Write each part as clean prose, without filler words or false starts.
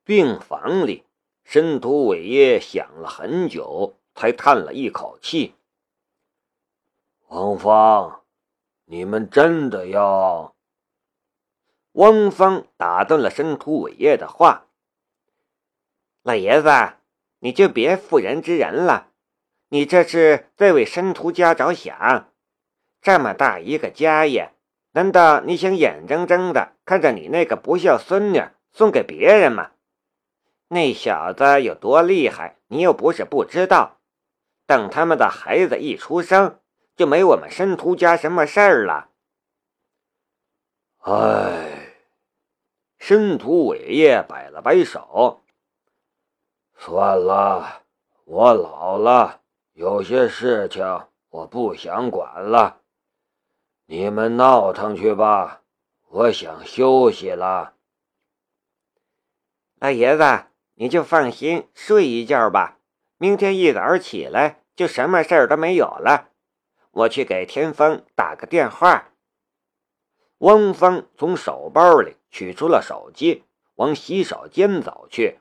病房里，申屠伟业想了很久，才叹了一口气：“ 汪芳，你们真的要……” 汪芳打断了申屠伟业的话：“老爷子，你就别妇人之仁了，你这是在为申屠家着想。这么大一个家业，难道你想眼睁睁的看着你那个不孝孙女送给别人吗？那小子有多厉害，你又不是不知道。等他们的孩子一出生，就没我们申屠家什么事儿了。” 唉， 申屠伟业摆了摆手：“ 算了，我老了，有些事情我不想管了。你们闹腾去吧，我想休息了。” 老爷子，你就放心睡一觉吧，明天一早起来就什么事儿都没有了。我去给天风打个电话。汪峰从手包里取出了手机，往洗手间走去。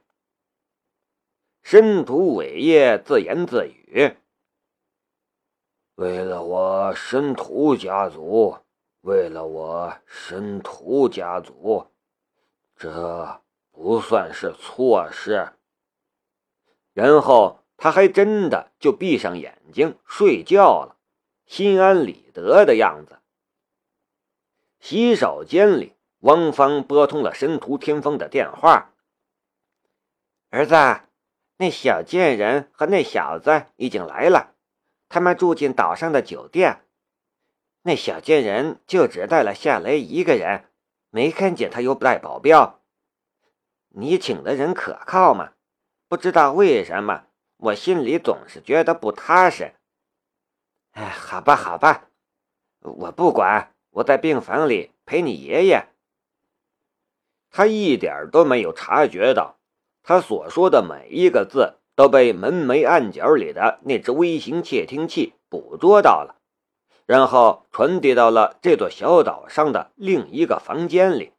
申屠伟业自言自语：“ 为了我申屠家族，为了我申屠家族，这不算是错事。” 然后他还真的就闭上眼睛睡觉了，心安理得的样子。洗手间里，汪芳拨通了申屠天风的电话：“儿子，那小贱人和那小子已经来了，他们住进岛上的酒店。那小贱人就只带了夏雷一个人，没看见他有带保镖。你请的人可靠吗？不知道为什么，我心里总是觉得不踏实。哎，好吧，好吧，我不管，我在病房里陪你爷爷。”他一点都没有察觉到，他所说的每一个字都被门楣暗角里的那只微型窃听器捕捉到了，然后传递到了这座小岛上的另一个房间里。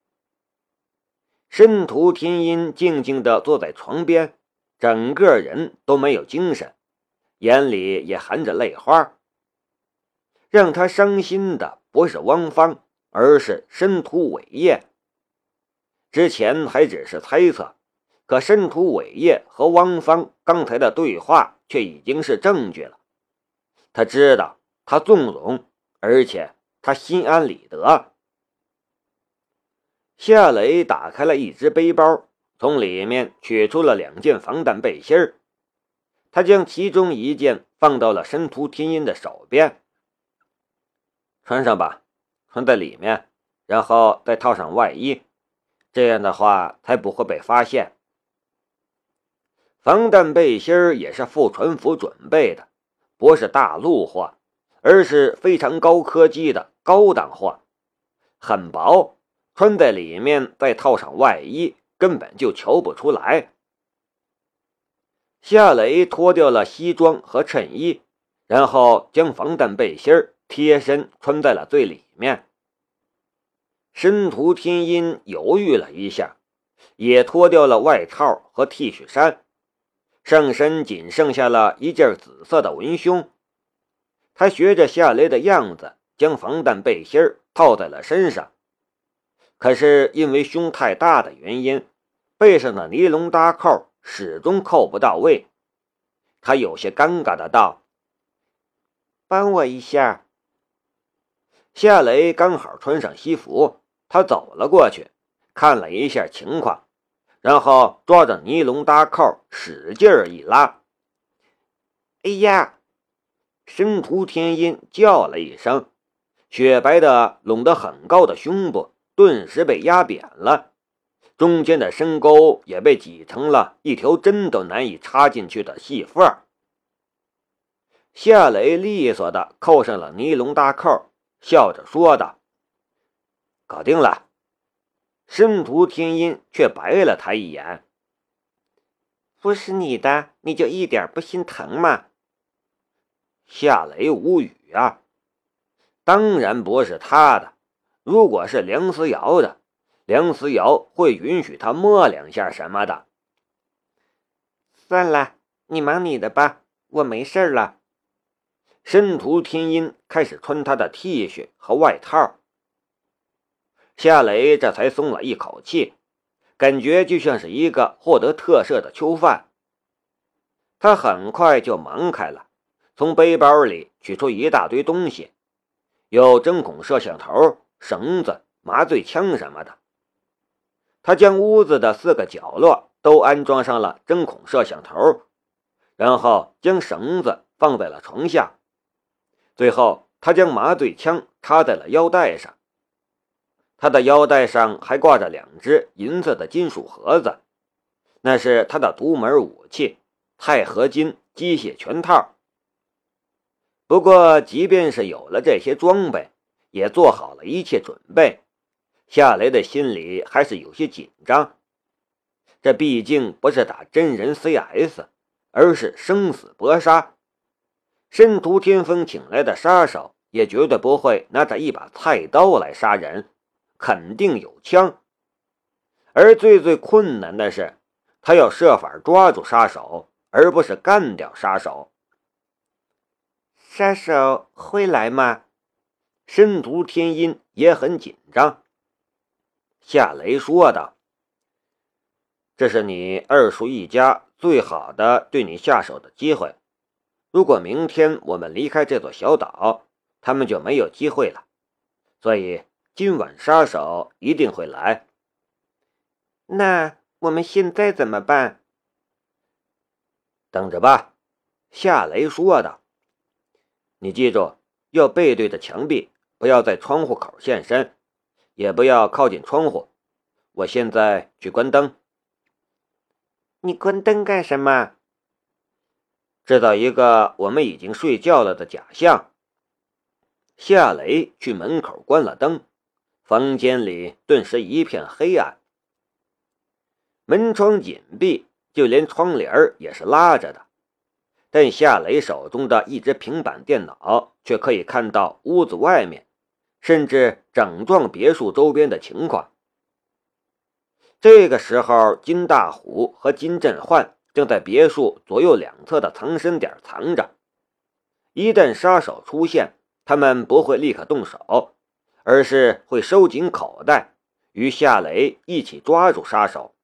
申屠天音静静地坐在床边，整个人都没有精神，眼里也含着泪花。让他伤心的不是汪芳，而是申屠伟业。之前还只是猜测，可申屠伟业和汪芳刚才的对话却已经是证据了。他知道，他纵容，而且他心安理得。夏雷打开了一只背包，从里面取出了2件防弹背心儿。他将其中一件放到了申屠天音的手边：“穿上吧，穿在里面，然后再套上外衣，这样的话才不会被发现。”防弹背心也是副船服准备的，不是大陆货，而是非常高科技的高档货，很薄，穿在里面再套上外衣，根本就瞧不出来。夏雷脱掉了西装和衬衣，然后将防弹背心贴身穿在了最里面。申屠天音犹豫了一下，也脱掉了外套和 T 恤衫，上身仅剩下了一件紫色的文胸。他学着夏雷的样子，将防弹背心套在了身上。可是因为胸太大的原因，背上的尼龙搭扣始终扣不到位。他有些尴尬的道：“帮我一下。”夏雷刚好穿上西服，他走了过去，看了一下情况，然后抓着尼龙搭扣使劲一拉。“哎呀！”申屠天音叫了一声，雪白的拢得很高的胸部顿时被压扁了，中间的深沟也被挤成了一条针都难以插进去的细缝。夏雷利索地扣上了尼龙搭扣，笑着说道：“搞定了。”申屠天音却白了他一眼：“不是你的，你就一点不心疼吗？”夏雷无语啊，当然不是他的，如果是梁思瑶的， 梁思瑶会允许他摸两下什么的。 算了，你忙你的吧，我没事了。 申屠天音开始穿他的 T 恤和外套。夏雷这才松了一口气，感觉就像是一个获得特赦的囚犯。他很快就忙开了，从背包里取出一大堆东西，有针孔摄像头、绳子、麻醉枪什么的。他将屋子的4个角落都安装上了针孔摄像头，然后将绳子放在了床下，最后他将麻醉枪插在了腰带上。他的腰带上还挂着2只银色的金属盒子，那是他的独门武器钛合金机械拳套。不过即便是有了这些装备，也做好了一切准备，夏雷的心里还是有些紧张。这毕竟不是打真人 CS， 而是生死搏杀。申屠天风请来的杀手也绝对不会拿着一把菜刀来杀人，肯定有枪。而最困难的是，他要设法抓住杀手，而不是干掉杀手。 杀手会来吗？ 申屠天音也很紧张。夏雷说道：“这是你二叔一家最好的对你下手的机会。如果明天我们离开这座小岛，他们就没有机会了。所以今晚杀手一定会来。” 那我们现在怎么办？ 等着吧，夏雷说道。你记住，要背对着墙壁，不要在窗户口现身，也不要靠近窗户。我现在去关灯。 你关灯干什么？ 制造一个我们已经睡觉了的假象。夏雷去门口关了灯，房间里顿时一片黑暗。门窗紧闭，就连窗帘也是拉着的，但夏雷手中的一只平板电脑却可以看到屋子外面，甚至整幢别墅周边的情况。这个时候，金大虎和金振焕正在别墅左右两侧的藏身点藏着。一旦杀手出现，他们不会立刻动手，而是会收紧口袋，与夏雷一起抓住杀手。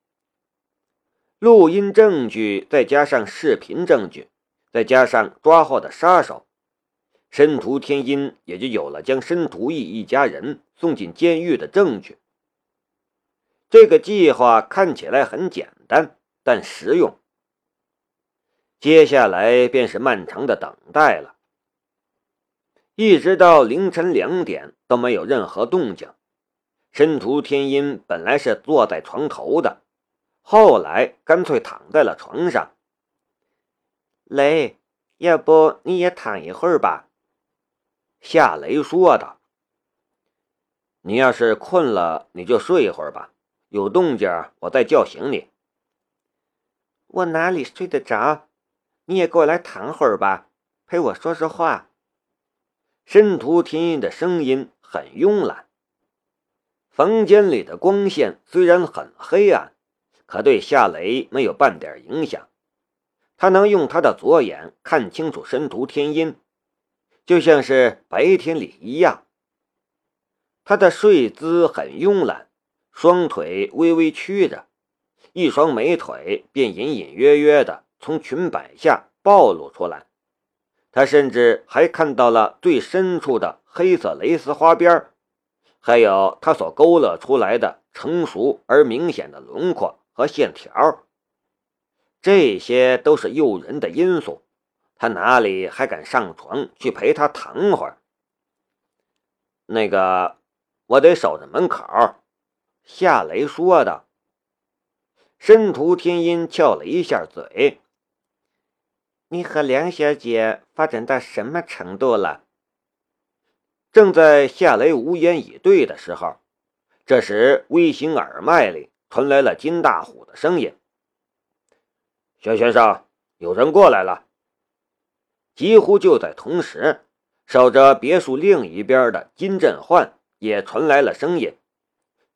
录音证据再加上视频证据，再加上抓获的杀手，申屠天音也就有了将申屠义一家人送进监狱的证据。这个计划看起来很简单，但实用。接下来便是漫长的等待了，一直到凌晨2点都没有任何动静。申屠天音本来是坐在床头的，后来干脆躺在了床上。 雷，要不你也躺一会儿吧？ 夏雷说道。你要是困了，你就睡一会儿吧，有动静我再叫醒你。 我哪里睡得着？你也过来躺会儿吧，陪我说说话。 申屠天音的声音很慵懒。房间里的光线虽然很黑暗，可对夏雷没有半点影响。他能用他的左眼看清楚申屠天音，就像是白天里一样。他的睡姿很慵懒，双腿微微曲着，一双美腿便隐隐约约的从裙摆下暴露出来。他甚至还看到了最深处的黑色蕾丝花边，还有他所勾勒出来的成熟而明显的轮廓和线条。这些都是诱人的因素，他哪里还敢上床去陪他躺会儿？那个，我得守着门口。夏雷说道。申屠天音翘了一下嘴。 你和梁小姐发展到什么程度了？ 正在夏雷无言以对的时候，这时微型耳麦里传来了金大虎的声音：“薛先生，有人过来了。”几乎就在同时，守着别墅另一边的金振焕也传来了声音：“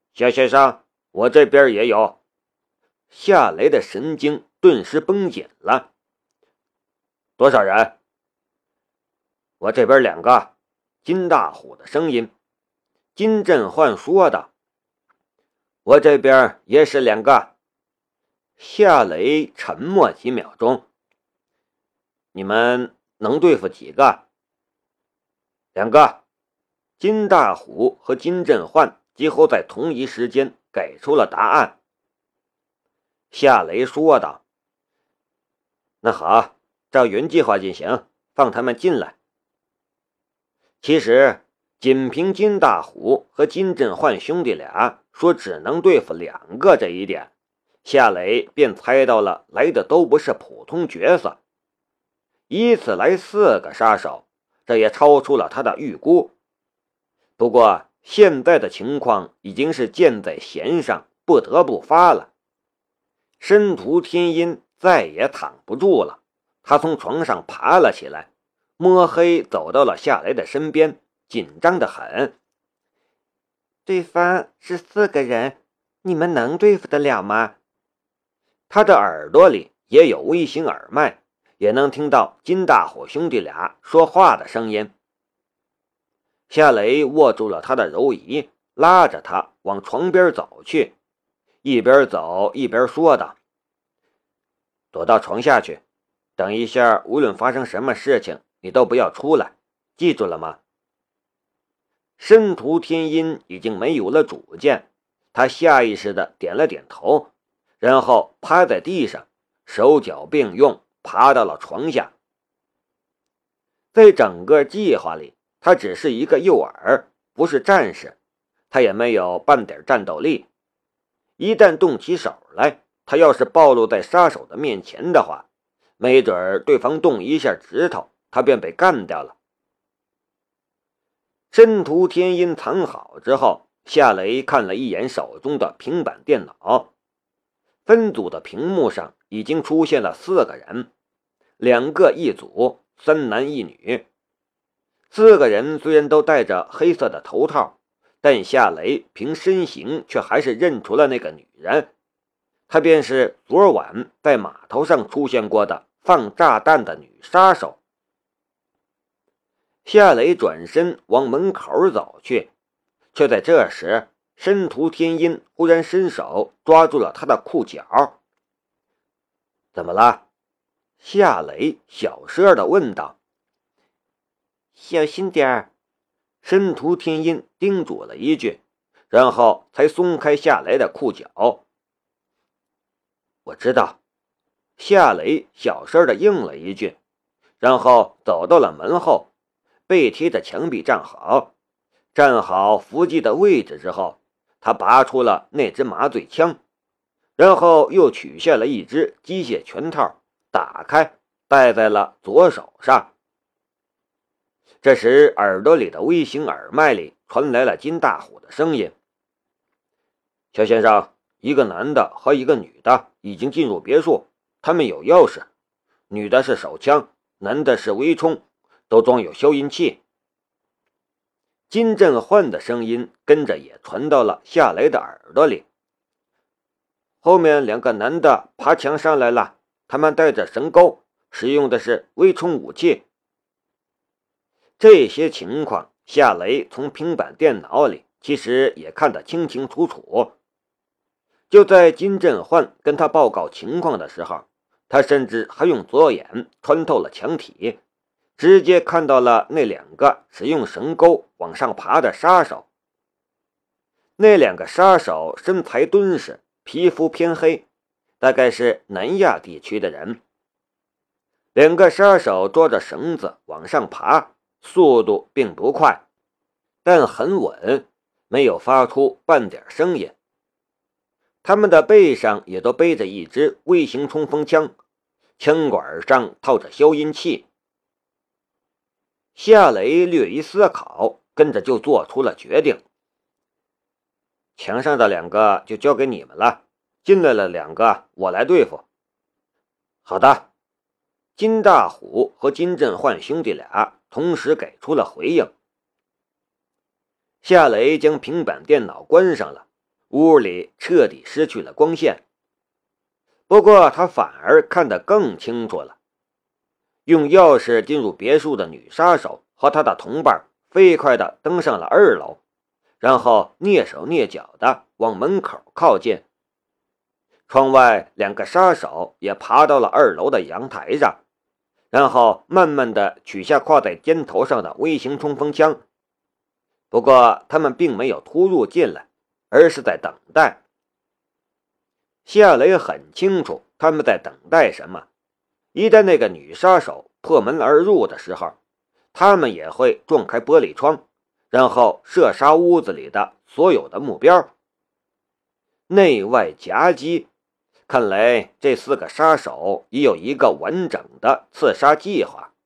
夏先生，我这边也有。夏雷的神经顿时绷紧了。多少人？我这边2个。金大虎的声音。金振焕说道。我这边也是2个。夏雷沉默几秒钟。你们能对付几个？2个。金大虎和金振焕几乎在同一时间给出了答案。夏雷说道：那好，照原计划进行，放他们进来。其实仅凭金大虎和金振焕兄弟俩说只能对付2个这一点，夏雷便猜到了来的都不是普通角色。一次来4个杀手，这也超出了他的预估。不过现在的情况已经是箭在弦上，不得不发了。申屠天音再也躺不住了，他从床上爬了起来，摸黑走到了夏雷的身边，紧张得很。 对方是4个人，你们能对付得了吗？ 他的耳朵里也有微型耳麦，也能听到金大虎兄弟俩说话的声音。夏雷握住了他的柔仪，拉着他往床边走去，一边走一边说道：躲到床下去，等一下无论发生什么事情，你都不要出来，记住了吗？申屠天音已经没有了主见，他下意识地点了点头，然后趴在地上，手脚并用爬到了床下。在整个计划里，他只是一个诱饵，不是战士，他也没有半点战斗力。一旦动起手来，他要是暴露在杀手的面前的话，没准对方动一下指头，他便被干掉了。申屠天音藏好之后，夏雷看了一眼手中的平板电脑，分组的屏幕上已经出现了4个人，2个一组，3男1女。4个人虽然都戴着黑色的头套，但夏雷凭身形却还是认出了那个女人，她便是昨晚在码头上出现过的放炸弹的女杀手。夏雷转身往门口走去，却在这时，申屠天音忽然伸手抓住了他的裤脚。怎么了？夏雷小声地问道。 小心点儿， 申屠天音叮嘱了一句，然后才松开夏雷的裤脚。我知道。夏雷小声地应了一句，然后走到了门后，背贴着墙壁站好伏击的位置之后，他拔出了那支麻醉枪，然后又取下了一只机械拳套，打开戴在了左手上。这时耳朵里的微型耳麦里传来了金大虎的声音：肖先生，一个男的和一个女的已经进入别墅，他们有钥匙，女的是手枪，男的是微冲，都装有消音器。金振焕的声音跟着也传到了夏雷的耳朵里。后面2个男的爬墙上来了，他们带着绳钩，使用的是微冲武器。这些情况夏雷从平板电脑里其实也看得清清楚楚。就在金振焕跟他报告情况的时候，他甚至还用左眼穿透了墙体，直接看到了那2个使用绳钩往上爬的杀手。那2个杀手身材敦实，皮肤偏黑，大概是南亚地区的人。2个杀手捉着绳子往上爬，速度并不快，但很稳，没有发出半点声音。他们的背上也都背着一支微型冲锋枪，枪管上套着消音器。夏雷略一思考，跟着就做出了决定。墙上的2个就交给你们了，进来了2个我来对付。好的。金大虎和金振焕兄弟俩同时给出了回应。夏雷将平板电脑关上了， 屋里彻底失去了光线。不过他反而看得更清楚了。用钥匙进入别墅的女杀手和她的同伴飞快地登上了2楼，然后蹑手蹑脚地往门口靠近。窗外2个杀手也爬到了2楼的阳台上，然后慢慢地取下挂在肩头上的微型冲锋枪。不过他们并没有突入进来，而是在等待。夏雷很清楚他们在等待什么，一旦那个女杀手破门而入的时候，他们也会撞开玻璃窗，然后射杀屋子里的所有的目标。内外夹击，看来这4个杀手已有一个完整的刺杀计划。